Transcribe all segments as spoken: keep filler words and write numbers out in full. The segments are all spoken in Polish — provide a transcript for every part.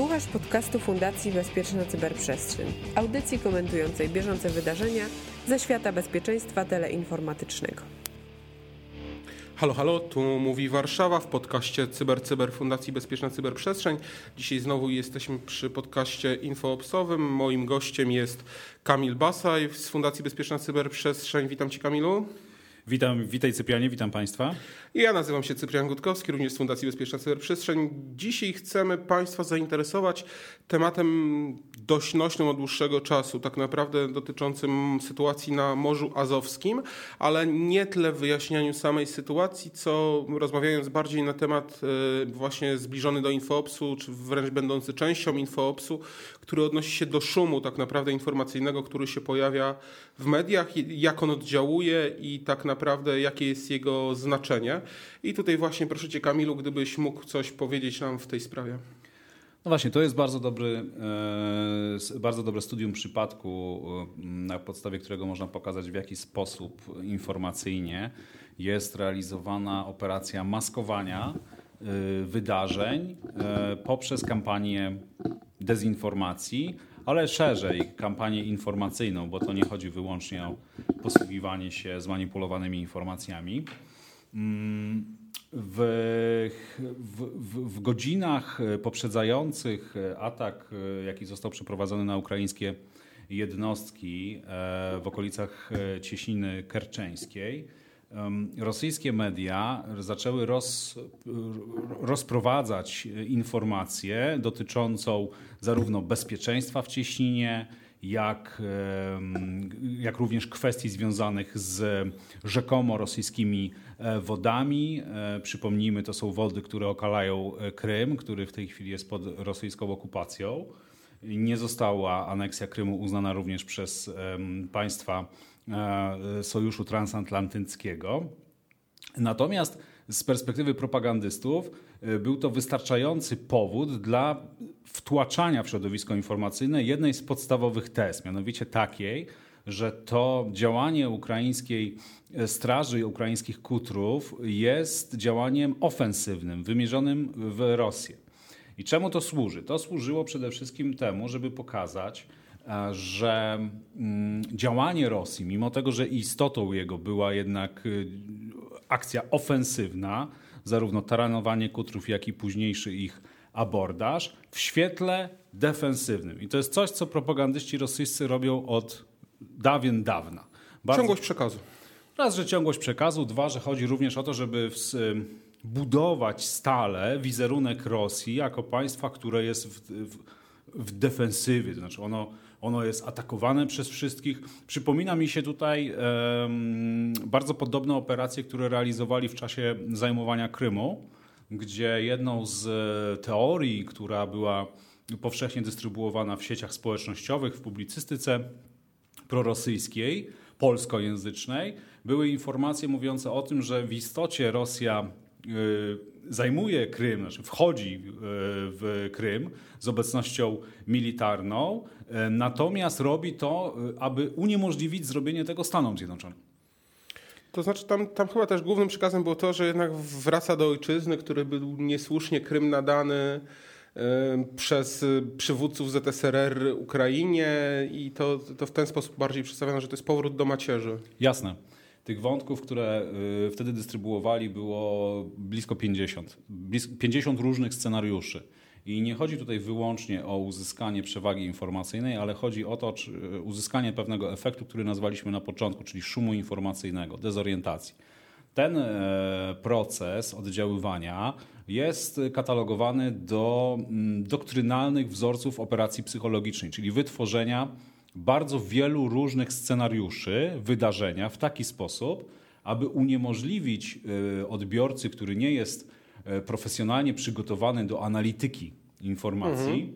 Słuchasz podcastu Fundacji Bezpieczna Cyberprzestrzeń, audycji komentującej bieżące wydarzenia ze świata bezpieczeństwa teleinformatycznego. Halo, halo, tu mówi Warszawa w podcaście Cyber Cyber Fundacji Bezpieczna Cyberprzestrzeń. Dzisiaj znowu jesteśmy przy podcaście infoopsowym. Moim gościem jest Kamil Basaj z Fundacji Bezpieczna Cyberprzestrzeń. Witam Cię, Kamilu. Witam, witaj Cyprianie, witam Państwa. Ja nazywam się Cyprian Gutkowski, również z Fundacji Bezpieczna Cyberprzestrzeń. Dzisiaj chcemy Państwa zainteresować tematem dość nośnym od dłuższego czasu, tak naprawdę dotyczącym sytuacji na Morzu Azowskim, ale nie tyle w wyjaśnianiu samej sytuacji, co rozmawiając bardziej na temat właśnie zbliżony do infoopsu, czy wręcz będący częścią infoopsu, który odnosi się do szumu tak naprawdę informacyjnego, który się pojawia w mediach, jak on oddziałuje i tak naprawdę jakie jest jego znaczenie. I tutaj właśnie proszę Cię, Kamilu, gdybyś mógł coś powiedzieć nam w tej sprawie. No właśnie, to jest bardzo dobry, e, bardzo dobre studium przypadku, e, na podstawie którego można pokazać, w jaki sposób informacyjnie jest realizowana operacja maskowania e, wydarzeń e, poprzez kampanię dezinformacji, ale szerzej kampanię informacyjną, bo to nie chodzi wyłącznie o posługiwanie się zmanipulowanymi informacjami. W, w, w godzinach poprzedzających atak, jaki został przeprowadzony na ukraińskie jednostki w okolicach Cieśniny Kerczeńskiej, rosyjskie media zaczęły roz, rozprowadzać informację dotyczącą zarówno bezpieczeństwa w Cieśninie, jak, jak również kwestii związanych z rzekomo rosyjskimi wodami. Przypomnijmy, to są wody, które okalają Krym, który w tej chwili jest pod rosyjską okupacją. Nie została aneksja Krymu uznana również przez państwa Sojuszu Transatlantyckiego. Natomiast z perspektywy propagandystów był to wystarczający powód dla wtłaczania w środowisko informacyjne jednej z podstawowych tez, mianowicie takiej, że to działanie ukraińskiej straży i ukraińskich kutrów jest działaniem ofensywnym, wymierzonym w Rosję. I czemu to służy? To służyło przede wszystkim temu, żeby pokazać, że działanie Rosji, mimo tego, że istotą jego była jednak akcja ofensywna, zarówno taranowanie kutrów, jak i późniejszy ich abordaż, w świetle defensywnym. I to jest coś, co propagandyści rosyjscy robią od dawien dawna. Bardzo... Ciągłość przekazu. Raz, że ciągłość przekazu, dwa, że chodzi również o to, żeby budować stale wizerunek Rosji jako państwa, które jest w, w, w defensywie, to znaczy ono Ono jest atakowane przez wszystkich. Przypomina mi się tutaj um, bardzo podobne operacje, które realizowali w czasie zajmowania Krymu, gdzie jedną z teorii, która była powszechnie dystrybuowana w sieciach społecznościowych, w publicystyce prorosyjskiej, polskojęzycznej, były informacje mówiące o tym, że w istocie Rosja zajmuje Krym, znaczy wchodzi w Krym z obecnością militarną, natomiast robi to, aby uniemożliwić zrobienie tego Stanom Zjednoczonym. To znaczy tam, tam chyba też głównym przekazem było to, że jednak wraca do ojczyzny, który był niesłusznie Krym nadany przez przywódców Z S R R Ukrainie i to, to w ten sposób bardziej przedstawiano, że to jest powrót do macierzy. Jasne. Tych wątków, które wtedy dystrybuowali, było blisko pięćdziesiąt. pięćdziesiąt różnych scenariuszy. I nie chodzi tutaj wyłącznie o uzyskanie przewagi informacyjnej, ale chodzi o to, czy uzyskanie pewnego efektu, który nazwaliśmy na początku, czyli szumu informacyjnego, dezorientacji. Ten proces oddziaływania jest katalogowany do doktrynalnych wzorców operacji psychologicznej, czyli wytworzenia bardzo wielu różnych scenariuszy wydarzenia w taki sposób, aby uniemożliwić odbiorcy, który nie jest profesjonalnie przygotowany do analityki informacji,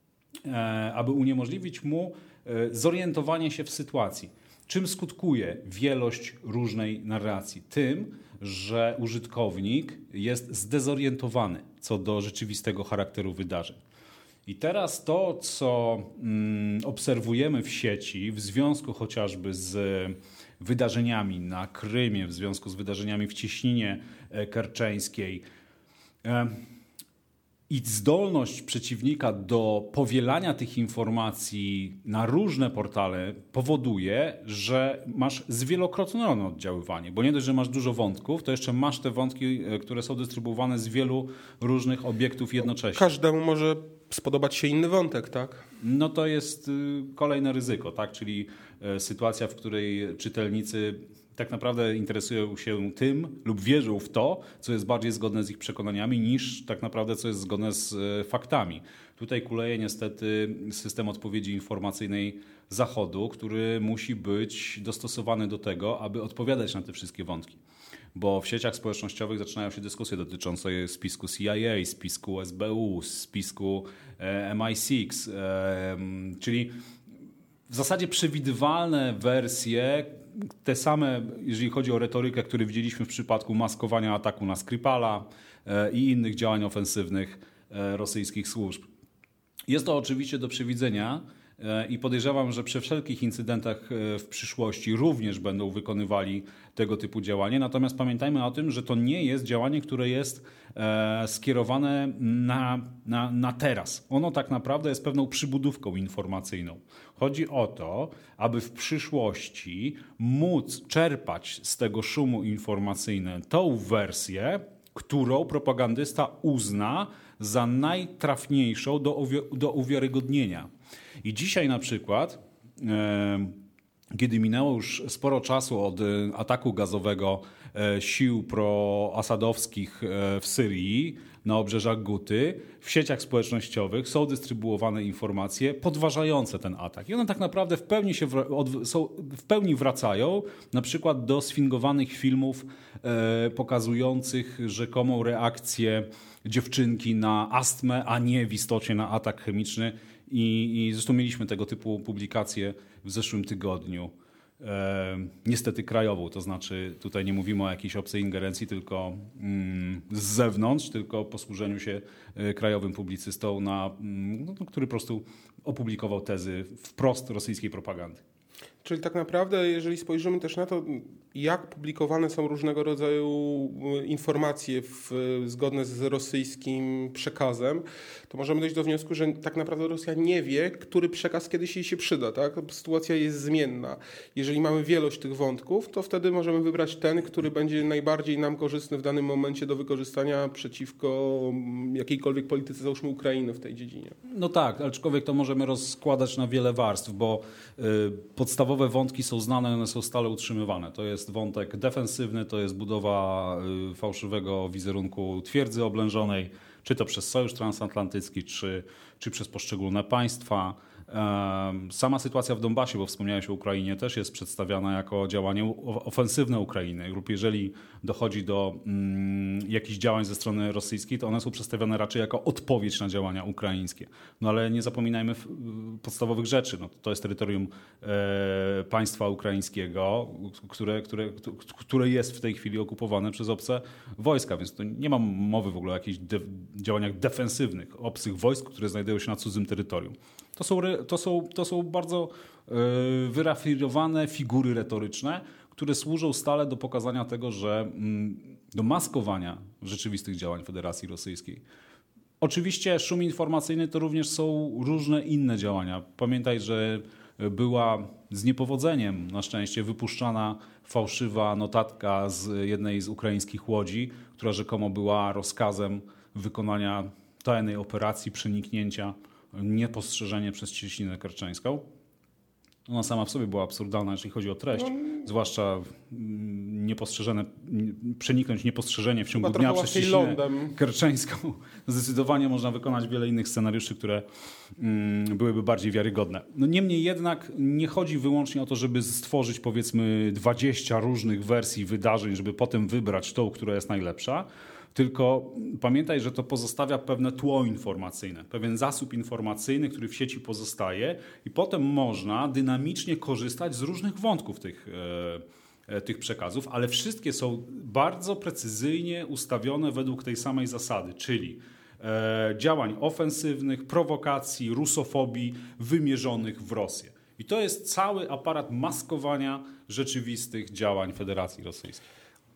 mhm. aby uniemożliwić mu zorientowanie się w sytuacji. Czym skutkuje wielość różnej narracji? Tym, że użytkownik jest zdezorientowany co do rzeczywistego charakteru wydarzeń. I teraz to, co obserwujemy w sieci w związku chociażby z wydarzeniami na Krymie, w związku z wydarzeniami w Cieśninie Kerczeńskiej, I zdolność przeciwnika do powielania tych informacji na różne portale powoduje, że masz zwielokrotnione oddziaływanie. Bo nie dość, że masz dużo wątków, to jeszcze masz te wątki, które są dystrybuowane z wielu różnych obiektów jednocześnie. Każdemu może spodobać się inny wątek, tak? No to jest kolejne ryzyko, tak? Czyli sytuacja, w której czytelnicy tak naprawdę interesują się tym lub wierzą w to, co jest bardziej zgodne z ich przekonaniami, niż tak naprawdę co jest zgodne z faktami. Tutaj kuleje niestety system odpowiedzi informacyjnej Zachodu, który musi być dostosowany do tego, aby odpowiadać na te wszystkie wątki. Bo w sieciach społecznościowych zaczynają się dyskusje dotyczące spisku C I A, spisku S B U, spisku M I six, czyli w zasadzie przewidywalne wersje, te same, jeżeli chodzi o retorykę, które widzieliśmy w przypadku maskowania ataku na Skripala i innych działań ofensywnych rosyjskich służb. Jest to oczywiście do przewidzenia i podejrzewam, że przy wszelkich incydentach w przyszłości również będą wykonywali tego typu działanie. Natomiast pamiętajmy o tym, że to nie jest działanie, które jest skierowane na, na, na teraz. Ono tak naprawdę jest pewną przybudówką informacyjną. Chodzi o to, aby w przyszłości móc czerpać z tego szumu informacyjnego tą wersję, którą propagandysta uzna za najtrafniejszą do, do uwiarygodnienia. I dzisiaj na przykład, e, kiedy minęło już sporo czasu od ataku gazowego e, sił proasadowskich e, w Syrii na obrzeżach Guty, w sieciach społecznościowych są dystrybuowane informacje podważające ten atak. I one tak naprawdę w pełni, się wra- od, są, w pełni wracają na przykład do sfingowanych filmów e, pokazujących rzekomą reakcję dziewczynki na astmę, a nie w istocie na atak chemiczny. I, i zresztą mieliśmy tego typu publikacje w zeszłym tygodniu. E, niestety krajową, to znaczy tutaj nie mówimy o jakiejś obcej ingerencji, tylko mm, z zewnątrz, tylko posłużeniu się e, krajowym publicystą, na, mm, no, który po prostu opublikował tezy wprost rosyjskiej propagandy. Czyli tak naprawdę, jeżeli spojrzymy też na to, jak publikowane są różnego rodzaju informacje w, zgodne z rosyjskim przekazem, to możemy dojść do wniosku, że tak naprawdę Rosja nie wie, który przekaz kiedyś jej się przyda. Tak? Sytuacja jest zmienna. Jeżeli mamy wielość tych wątków, to wtedy możemy wybrać ten, który będzie najbardziej nam korzystny w danym momencie do wykorzystania przeciwko jakiejkolwiek polityce, załóżmy Ukrainy w tej dziedzinie. No tak, aczkolwiek to możemy rozkładać na wiele warstw, bo y, podstawowe wątki są znane, one są stale utrzymywane. To jest wątek defensywny, to jest budowa y, fałszywego wizerunku twierdzy oblężonej, czy to przez Sojusz Transatlantycki, czy, czy przez poszczególne państwa. Sama sytuacja w Donbasie, bo wspomniałeś o Ukrainie, też jest przedstawiana jako działanie ofensywne Ukrainy. Lub jeżeli dochodzi do mm, jakichś działań ze strony rosyjskiej, to one są przedstawiane raczej jako odpowiedź na działania ukraińskie. No ale nie zapominajmy w, podstawowych rzeczy. No, to jest terytorium e, państwa ukraińskiego, które, które, które jest w tej chwili okupowane przez obce wojska, więc to nie ma mowy w ogóle o jakichś de, działaniach defensywnych obcych wojsk, które znajdują się na cudzym terytorium. To są, to są, to są bardzo y, wyrafinowane figury retoryczne, które służą stale do pokazania tego, że y, do maskowania rzeczywistych działań Federacji Rosyjskiej. Oczywiście szum informacyjny to również są różne inne działania. Pamiętaj, że była z niepowodzeniem na szczęście wypuszczana fałszywa notatka z jednej z ukraińskich łodzi, która rzekomo była rozkazem wykonania tajnej operacji przeniknięcia, niepostrzeżenie przez Cieśninę Kerczeńską. Ona sama w sobie była absurdalna, jeśli chodzi o treść, no, zwłaszcza niepostrzeżone, przeniknąć niepostrzeżenie w ciągu dnia przez Cieśninę Kerczeńską. Zdecydowanie można wykonać wiele innych scenariuszy, które mm, byłyby bardziej wiarygodne. No, niemniej jednak nie chodzi wyłącznie o to, żeby stworzyć powiedzmy dwadzieścia różnych wersji wydarzeń, żeby potem wybrać tą, która jest najlepsza. Tylko pamiętaj, że to pozostawia pewne tło informacyjne, pewien zasób informacyjny, który w sieci pozostaje i potem można dynamicznie korzystać z różnych wątków tych, e, tych przekazów, ale wszystkie są bardzo precyzyjnie ustawione według tej samej zasady, czyli e, działań ofensywnych, prowokacji, rusofobii wymierzonych w Rosję. I to jest cały aparat maskowania rzeczywistych działań Federacji Rosyjskiej.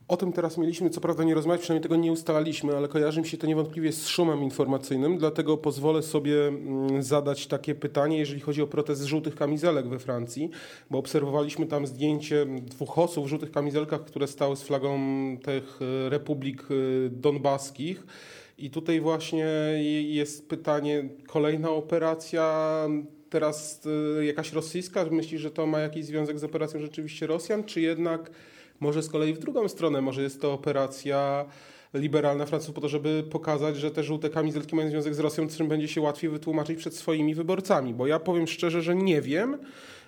O tym teraz mieliśmy, co prawda nie rozmawiać, przynajmniej tego nie ustalaliśmy, ale kojarzy mi się to niewątpliwie z szumem informacyjnym, dlatego pozwolę sobie zadać takie pytanie, jeżeli chodzi o protest żółtych kamizelek we Francji, bo obserwowaliśmy tam zdjęcie dwóch osób w żółtych kamizelkach, które stały z flagą tych republik donbaskich. I tutaj właśnie jest pytanie, kolejna operacja, teraz jakaś rosyjska, myślisz, że to ma jakiś związek z operacją rzeczywiście Rosjan, czy jednak może z kolei w drugą stronę, może jest to operacja liberalna Francuzów po to, żeby pokazać, że te żółte kamizelki mają związek z Rosją, czym będzie się łatwiej wytłumaczyć przed swoimi wyborcami, bo ja powiem szczerze, że nie wiem,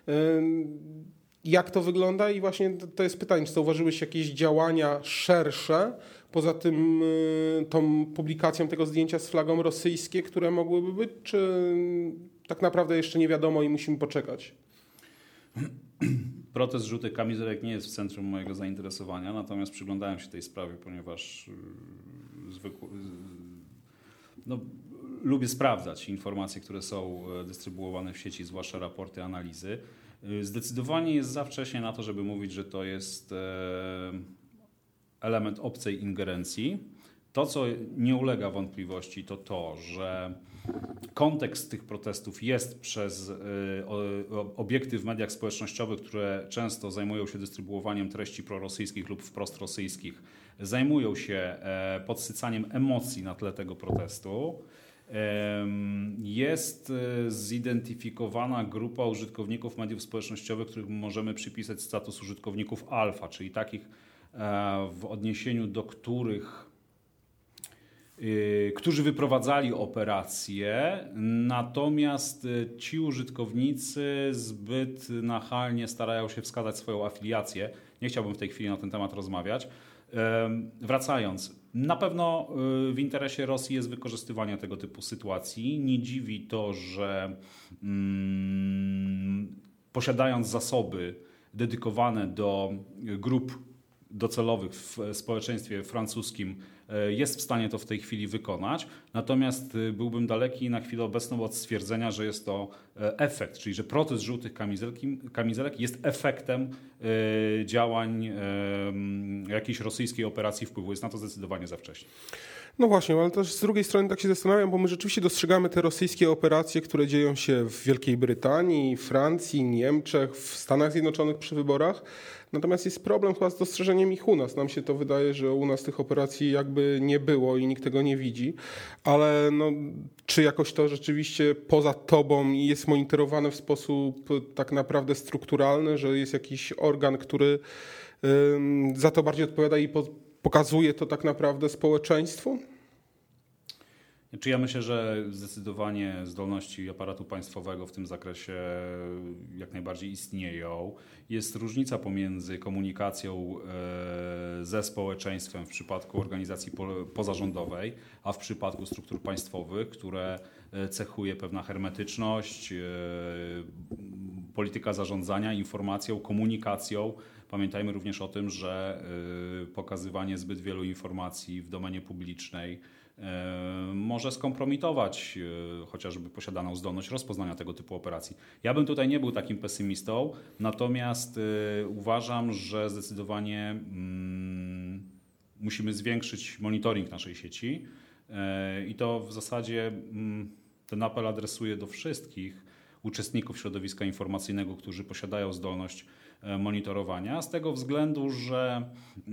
jak to wygląda i właśnie to jest pytanie, czy zauważyłeś jakieś działania szersze, poza tym tą publikacją tego zdjęcia z flagą rosyjskie, które mogłyby być, czy tak naprawdę jeszcze nie wiadomo i musimy poczekać? Protest żółtych kamizelek nie jest w centrum mojego zainteresowania, natomiast przyglądałem się tej sprawie, ponieważ zwykły, no, lubię sprawdzać informacje, które są dystrybuowane w sieci, zwłaszcza raporty, analizy. Zdecydowanie jest za wcześnie na to, żeby mówić, że to jest element obcej ingerencji. To, co nie ulega wątpliwości, to to, że kontekst tych protestów jest przez obiekty w mediach społecznościowych, które często zajmują się dystrybuowaniem treści prorosyjskich lub wprost rosyjskich, zajmują się podsycaniem emocji na tle tego protestu. Jest zidentyfikowana grupa użytkowników mediów społecznościowych, których możemy przypisać status użytkowników alfa, czyli takich, w odniesieniu do których którzy wyprowadzali operacje, natomiast ci użytkownicy zbyt nachalnie starają się wskazać swoją afiliację. Nie chciałbym w tej chwili na ten temat rozmawiać. Wracając, na pewno w interesie Rosji jest wykorzystywanie tego typu sytuacji. Nie dziwi to, że mm, posiadając zasoby dedykowane do grup docelowych w społeczeństwie francuskim jest w stanie to w tej chwili wykonać, natomiast byłbym daleki na chwilę obecną od stwierdzenia, że jest to efekt, czyli że protest żółtych kamizelek jest efektem działań jakiejś rosyjskiej operacji wpływu. Jest na to zdecydowanie za wcześnie. No właśnie, ale też z drugiej strony tak się zastanawiam, bo my rzeczywiście dostrzegamy te rosyjskie operacje, które dzieją się w Wielkiej Brytanii, Francji, Niemczech, w Stanach Zjednoczonych przy wyborach. Natomiast jest problem chyba z dostrzeżeniem ich u nas. Nam się to wydaje, że u nas tych operacji jakby nie było i nikt tego nie widzi. Ale no, czy jakoś to rzeczywiście poza tobą jest monitorowane w sposób tak naprawdę strukturalny, że jest jakiś organ, który ym, za to bardziej odpowiada i po, pokazuje to tak naprawdę społeczeństwu? Czy ja myślę, że zdecydowanie zdolności aparatu państwowego w tym zakresie jak najbardziej istnieją. Jest różnica pomiędzy komunikacją ze społeczeństwem w przypadku organizacji pozarządowej, a w przypadku struktur państwowych, które cechuje pewna hermetyczność, polityka zarządzania informacją, komunikacją. Pamiętajmy również o tym, że pokazywanie zbyt wielu informacji w domenie publicznej może skompromitować chociażby posiadaną zdolność rozpoznania tego typu operacji. Ja bym tutaj nie był takim pesymistą, natomiast uważam, że zdecydowanie mm, musimy zwiększyć monitoring naszej sieci i to w zasadzie mm, ten apel adresuję do wszystkich uczestników środowiska informacyjnego, którzy posiadają zdolność monitorowania, z tego względu, że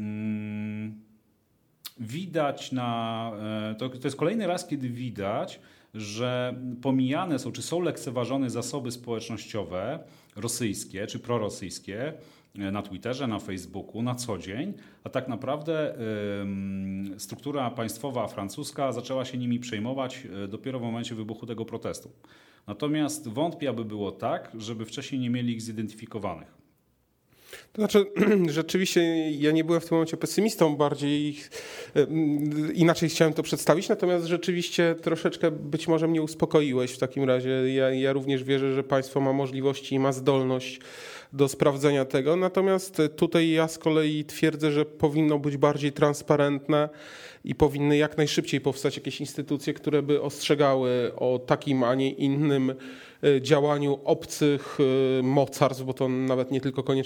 mm, widać na, to, to jest kolejny raz, kiedy widać, że pomijane są, czy są lekceważone zasoby społecznościowe rosyjskie, czy prorosyjskie na Twitterze, na Facebooku, na co dzień, a tak naprawdę y, struktura państwowa francuska zaczęła się nimi przejmować dopiero w momencie wybuchu tego protestu. Natomiast wątpię, aby było tak, żeby wcześniej nie mieli ich zidentyfikowanych. To znaczy, rzeczywiście ja nie byłem w tym momencie pesymistą, bardziej inaczej chciałem to przedstawić, natomiast rzeczywiście troszeczkę być może mnie uspokoiłeś w takim razie. Ja, ja również wierzę, że państwo ma możliwości i ma zdolność do sprawdzenia tego, natomiast tutaj ja z kolei twierdzę, że powinno być bardziej transparentne i powinny jak najszybciej powstać jakieś instytucje, które by ostrzegały o takim, a nie innym działaniu obcych mocarstw, bo to nawet nie tylko koniecznie Rosji,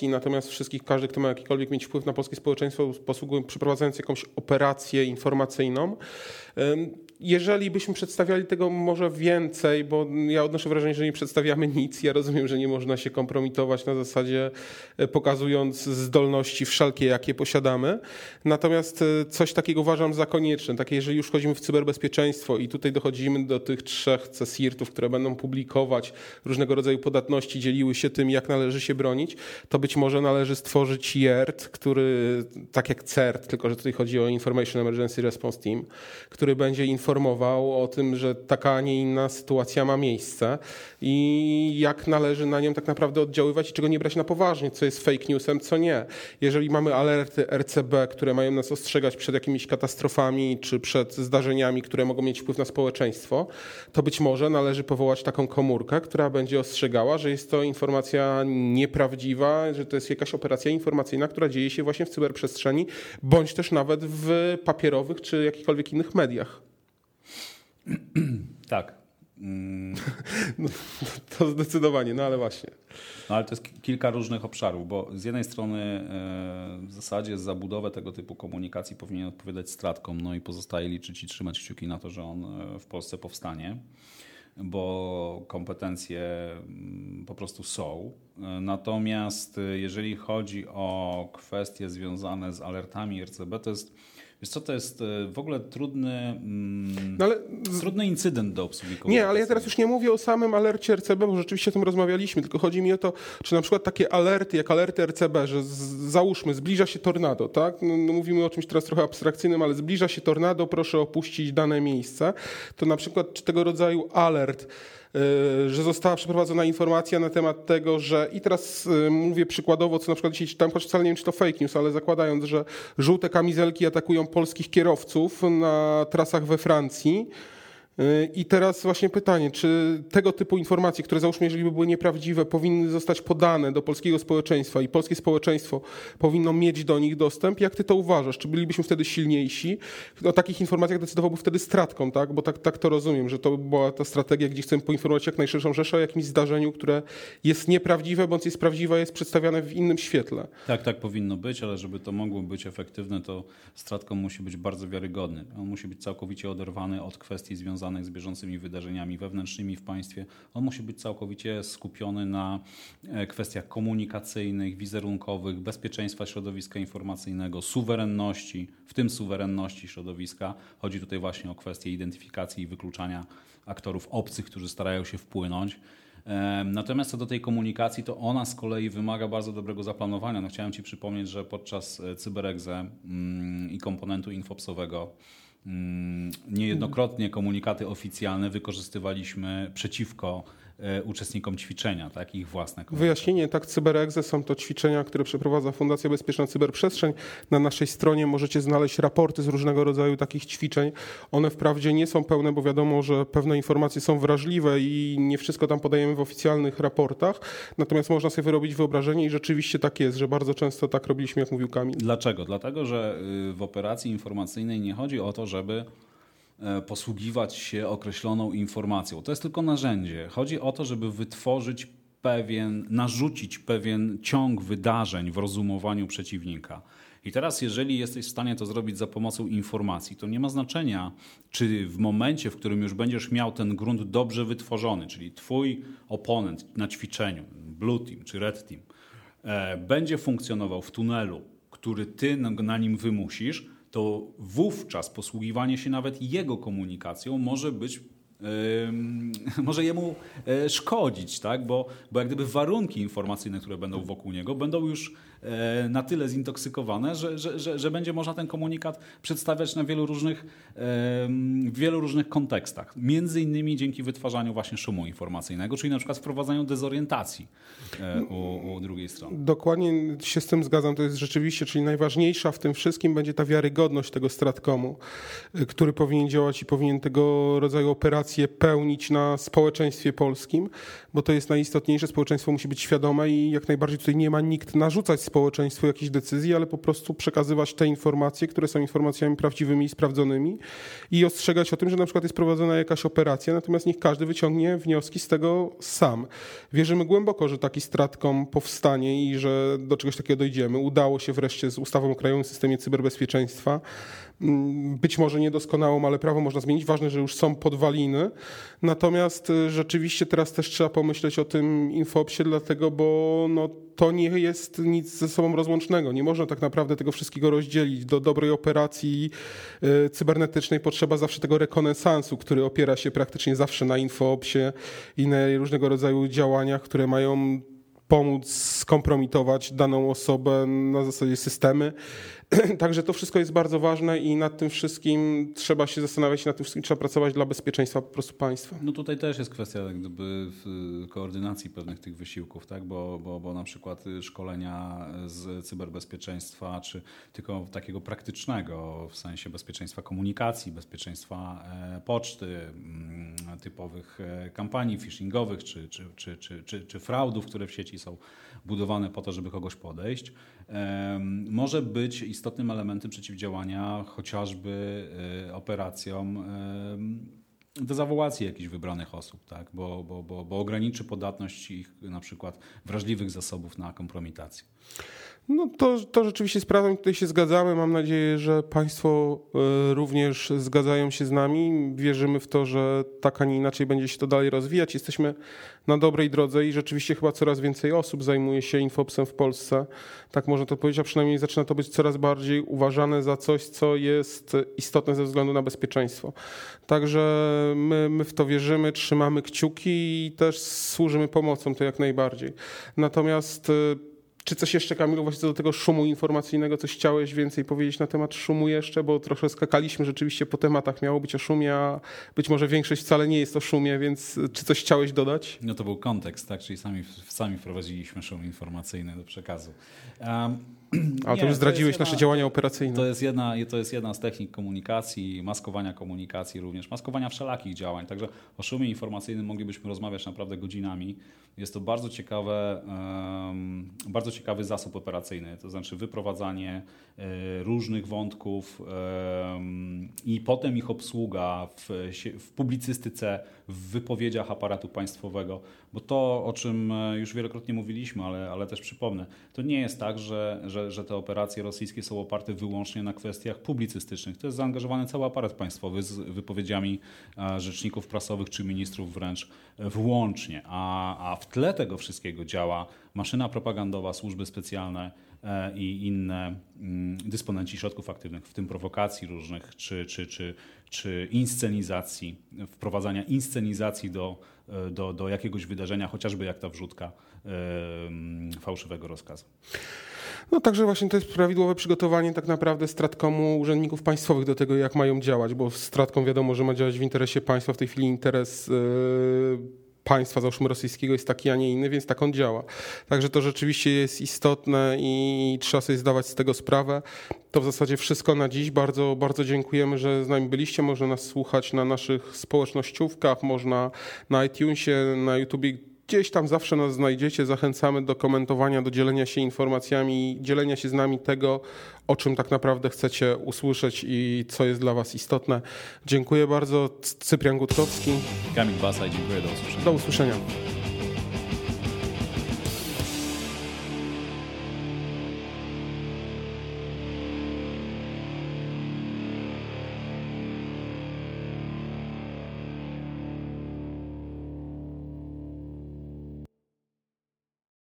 Polski, natomiast wszystkich, każdy, kto ma jakikolwiek mieć wpływ na polskie społeczeństwo, posługują, przeprowadzając jakąś operację informacyjną. Jeżeli byśmy przedstawiali tego może więcej, bo ja odnoszę wrażenie, że nie przedstawiamy nic. Ja rozumiem, że nie można się kompromitować na zasadzie pokazując zdolności wszelkie, jakie posiadamy. Natomiast coś takiego uważam za konieczne. Takie, jeżeli już wchodzimy w cyberbezpieczeństwo i tutaj dochodzimy do tych trzech C S I R T-ów, które będą publikować różnego rodzaju podatności, dzieliły się tym, jak należy się bronić, to być może należy stworzyć I E R T, który, tak jak C E R T, tylko że tutaj chodzi o Information Emergency Response Team, który będzie informował informował o tym, że taka, a nie inna sytuacja ma miejsce i jak należy na nią tak naprawdę oddziaływać i czego nie brać na poważnie, co jest fake newsem, co nie. Jeżeli mamy alerty R C B, które mają nas ostrzegać przed jakimiś katastrofami czy przed zdarzeniami, które mogą mieć wpływ na społeczeństwo, to być może należy powołać taką komórkę, która będzie ostrzegała, że jest to informacja nieprawdziwa, że to jest jakaś operacja informacyjna, która dzieje się właśnie w cyberprzestrzeni, bądź też nawet w papierowych czy jakichkolwiek innych mediach. Tak. Mm. No, to zdecydowanie, no ale właśnie. No ale to jest kilka różnych obszarów, bo z jednej strony w zasadzie za budowę tego typu komunikacji powinien odpowiadać Stratcom, no i pozostaje liczyć i trzymać kciuki na to, że on w Polsce powstanie, bo kompetencje po prostu są. Natomiast jeżeli chodzi o kwestie związane z alertami R C B, to jest Wiesz co, to jest w ogóle trudny, mm, no ale... trudny incydent do obsługi komunikacji. Nie, ale ja teraz już nie mówię o samym alercie R C B, bo rzeczywiście o tym rozmawialiśmy, tylko chodzi mi o to, czy na przykład takie alerty, jak alerty R C B, że z, załóżmy, zbliża się tornado, tak? No, no mówimy o czymś teraz trochę abstrakcyjnym, ale zbliża się tornado, proszę opuścić dane miejsce, to na przykład czy tego rodzaju alert, że została przeprowadzona informacja na temat tego, że i teraz mówię przykładowo, co na przykład dzisiaj czytam, choć wcale nie wiem, czy to fake news, ale zakładając, że żółte kamizelki atakują polskich kierowców na trasach we Francji. I teraz właśnie pytanie, czy tego typu informacje, które załóżmy, jeżeli by były nieprawdziwe, powinny zostać podane do polskiego społeczeństwa i polskie społeczeństwo powinno mieć do nich dostęp? Jak ty to uważasz? Czy bylibyśmy wtedy silniejsi? O takich informacjach decydowałby wtedy Stratcom, tak? Bo tak, tak to rozumiem, że to była ta strategia, gdzie chcemy poinformować jak najszerszą rzeszę o jakimś zdarzeniu, które jest nieprawdziwe, bądź jest prawdziwe, jest przedstawiane w innym świetle. Tak, tak powinno być, ale żeby to mogło być efektywne, to Stratcom musi być bardzo wiarygodny. On musi być całkowicie oderwany od kwestii związanych z bieżącymi wydarzeniami wewnętrznymi w państwie. On musi być całkowicie skupiony na kwestiach komunikacyjnych, wizerunkowych, bezpieczeństwa środowiska informacyjnego, suwerenności, w tym suwerenności środowiska. Chodzi tutaj właśnie o kwestię identyfikacji i wykluczania aktorów obcych, którzy starają się wpłynąć. Natomiast co do tej komunikacji, to ona z kolei wymaga bardzo dobrego zaplanowania. No, chciałem Ci przypomnieć, że podczas CyberExe i komponentu infopsowego niejednokrotnie komunikaty oficjalne wykorzystywaliśmy przeciwko uczestnikom ćwiczenia, tak, ich własne komunikaty. Wyjaśnienie, tak, CyberExe są to ćwiczenia, które przeprowadza Fundacja Bezpieczna Cyberprzestrzeń. Na naszej stronie możecie znaleźć raporty z różnego rodzaju takich ćwiczeń. One wprawdzie nie są pełne, bo wiadomo, że pewne informacje są wrażliwe i nie wszystko tam podajemy w oficjalnych raportach, natomiast można sobie wyrobić wyobrażenie i rzeczywiście tak jest, że bardzo często tak robiliśmy, jak mówił Kamil. Dlaczego? Dlatego, że w operacji informacyjnej nie chodzi o to, żeby posługiwać się określoną informacją. To jest tylko narzędzie. Chodzi o to, żeby wytworzyć pewien, narzucić pewien ciąg wydarzeń w rozumowaniu przeciwnika. I teraz, jeżeli jesteś w stanie to zrobić za pomocą informacji, to nie ma znaczenia, czy w momencie, w którym już będziesz miał ten grunt dobrze wytworzony, czyli twój oponent na ćwiczeniu, Blue Team czy Red Team, będzie funkcjonował w tunelu, który ty na nim wymusisz, to wówczas posługiwanie się nawet jego komunikacją może być, yy, może jemu yy, szkodzić, tak? bo, bo jak gdyby warunki informacyjne, które będą wokół niego, będą już yy, na tyle zintoksykowane, że, że, że, że będzie można ten komunikat przedstawiać na wielu różnych, yy, w wielu różnych kontekstach. Między innymi dzięki wytwarzaniu właśnie szumu informacyjnego, czyli na przykład wprowadzaniu dezorientacji yy, u, u drugiej strony. Dokładnie się z tym zgadzam. To jest rzeczywiście, czyli najważniejsza w tym wszystkim będzie ta wiarygodność tego Stratcomu, który powinien działać i powinien tego rodzaju operacje pełnić na społeczeństwie polskim, bo to jest najistotniejsze. Społeczeństwo musi być świadome i jak najbardziej tutaj nie ma nikt narzucać społeczeństwu jakichś decyzji, ale po prostu przekazywać te informacje, które są informacjami prawdziwymi i sprawdzonymi i ostrzegać o tym, że na przykład jest prowadzona jakaś operacja, natomiast niech każdy wyciągnie wnioski z tego sam. Wierzymy głęboko, że taki stratkom powstanie i że do czegoś takiego dojdziemy. Udało się wreszcie z ustawą o Krajowym Systemie Cyberbezpieczeństwa. Być może niedoskonałą, ale prawo można zmienić. Ważne, że już są podwaliny. Natomiast rzeczywiście teraz też trzeba pomyśleć o tym infopsie, dlatego, bo no, to nie jest nic ze sobą rozłącznego. Nie można tak naprawdę tego wszystkiego rozdzielić. Do dobrej operacji cybernetycznej potrzeba zawsze tego rekonesansu, który opiera się praktycznie zawsze na infopsie i na różnego rodzaju działaniach, które mają pomóc skompromitować daną osobę na zasadzie systemy. Także to wszystko jest bardzo ważne i nad tym wszystkim trzeba się zastanawiać, nad tym wszystkim trzeba pracować dla bezpieczeństwa po prostu państwa. No tutaj też jest kwestia jak gdyby koordynacji pewnych tych wysiłków, tak? bo, bo, bo na przykład szkolenia z cyberbezpieczeństwa, czy tylko takiego praktycznego, w sensie bezpieczeństwa komunikacji, bezpieczeństwa poczty, typowych kampanii phishingowych, czy, czy, czy, czy, czy, czy fraudów, które w sieci są budowane po to, żeby kogoś podejść, może być istotnym elementem przeciwdziałania chociażby operacjom dezawuacji jakichś wybranych osób, tak? bo, bo, bo, bo ograniczy podatność ich na przykład wrażliwych zasobów na kompromitację. No to, to rzeczywiście jest prawdą i tutaj się zgadzamy. Mam nadzieję, że państwo również zgadzają się z nami. Wierzymy w to, że tak, a nie inaczej będzie się to dalej rozwijać. Jesteśmy na dobrej drodze i rzeczywiście chyba coraz więcej osób zajmuje się infopsem w Polsce. Tak można to powiedzieć, a przynajmniej zaczyna to być coraz bardziej uważane za coś, co jest istotne ze względu na bezpieczeństwo. Także my, my w to wierzymy, trzymamy kciuki i też służymy pomocą, to jak najbardziej. Natomiast czy coś jeszcze, Kamilu, właśnie co do tego szumu informacyjnego, coś chciałeś więcej powiedzieć na temat szumu jeszcze, bo trochę skakaliśmy rzeczywiście po tematach, miało być o szumie, a być może większość wcale nie jest o szumie, więc czy coś chciałeś dodać? No to był kontekst, tak, czyli sami, sami wprowadziliśmy szum informacyjny do przekazu. Um, Ale to już zdradziłeś to nasze jedna, działania operacyjne. To jest, jedna, to jest jedna z technik komunikacji, maskowania komunikacji również, maskowania wszelakich działań. Także o szumie informacyjnym moglibyśmy rozmawiać naprawdę godzinami. Jest to bardzo ciekawe, um, bardzo ciekawy zasób operacyjny, to znaczy wyprowadzanie um, różnych wątków um, i potem ich obsługa w, w publicystyce, w wypowiedziach aparatu państwowego, bo to, o czym już wielokrotnie mówiliśmy, ale, ale też przypomnę, to nie jest tak, że, że, że te operacje rosyjskie są oparte wyłącznie na kwestiach publicystycznych. To jest zaangażowany cały aparat państwowy z wypowiedziami rzeczników prasowych czy ministrów wręcz włącznie, a, a w tle tego wszystkiego działa maszyna propagandowa, służby specjalne i inne dysponenci środków aktywnych, w tym prowokacji różnych, czy, czy, czy, czy inscenizacji, wprowadzania inscenizacji do, do, do jakiegoś wydarzenia, chociażby jak ta wrzutka yy, fałszywego rozkazu. No także właśnie to jest prawidłowe przygotowanie tak naprawdę Stratkomu urzędników państwowych do tego, jak mają działać, bo Stratkom wiadomo, że ma działać w interesie państwa, w tej chwili interes yy, państwa, załóżmy rosyjskiego, jest taki, a nie inny, więc tak on działa. Także to rzeczywiście jest istotne i trzeba sobie zdawać z tego sprawę. To w zasadzie wszystko na dziś. Bardzo, bardzo dziękujemy, że z nami byliście. Można nas słuchać na naszych społecznościówkach, można na iTunesie, na YouTubie. Gdzieś tam zawsze nas znajdziecie. Zachęcamy do komentowania, do dzielenia się informacjami, dzielenia się z nami tego, o czym tak naprawdę chcecie usłyszeć i co jest dla was istotne. Dziękuję bardzo. Cyprian Gutkowski. Kamil Basaj, dziękuję. Do usłyszenia. Do usłyszenia.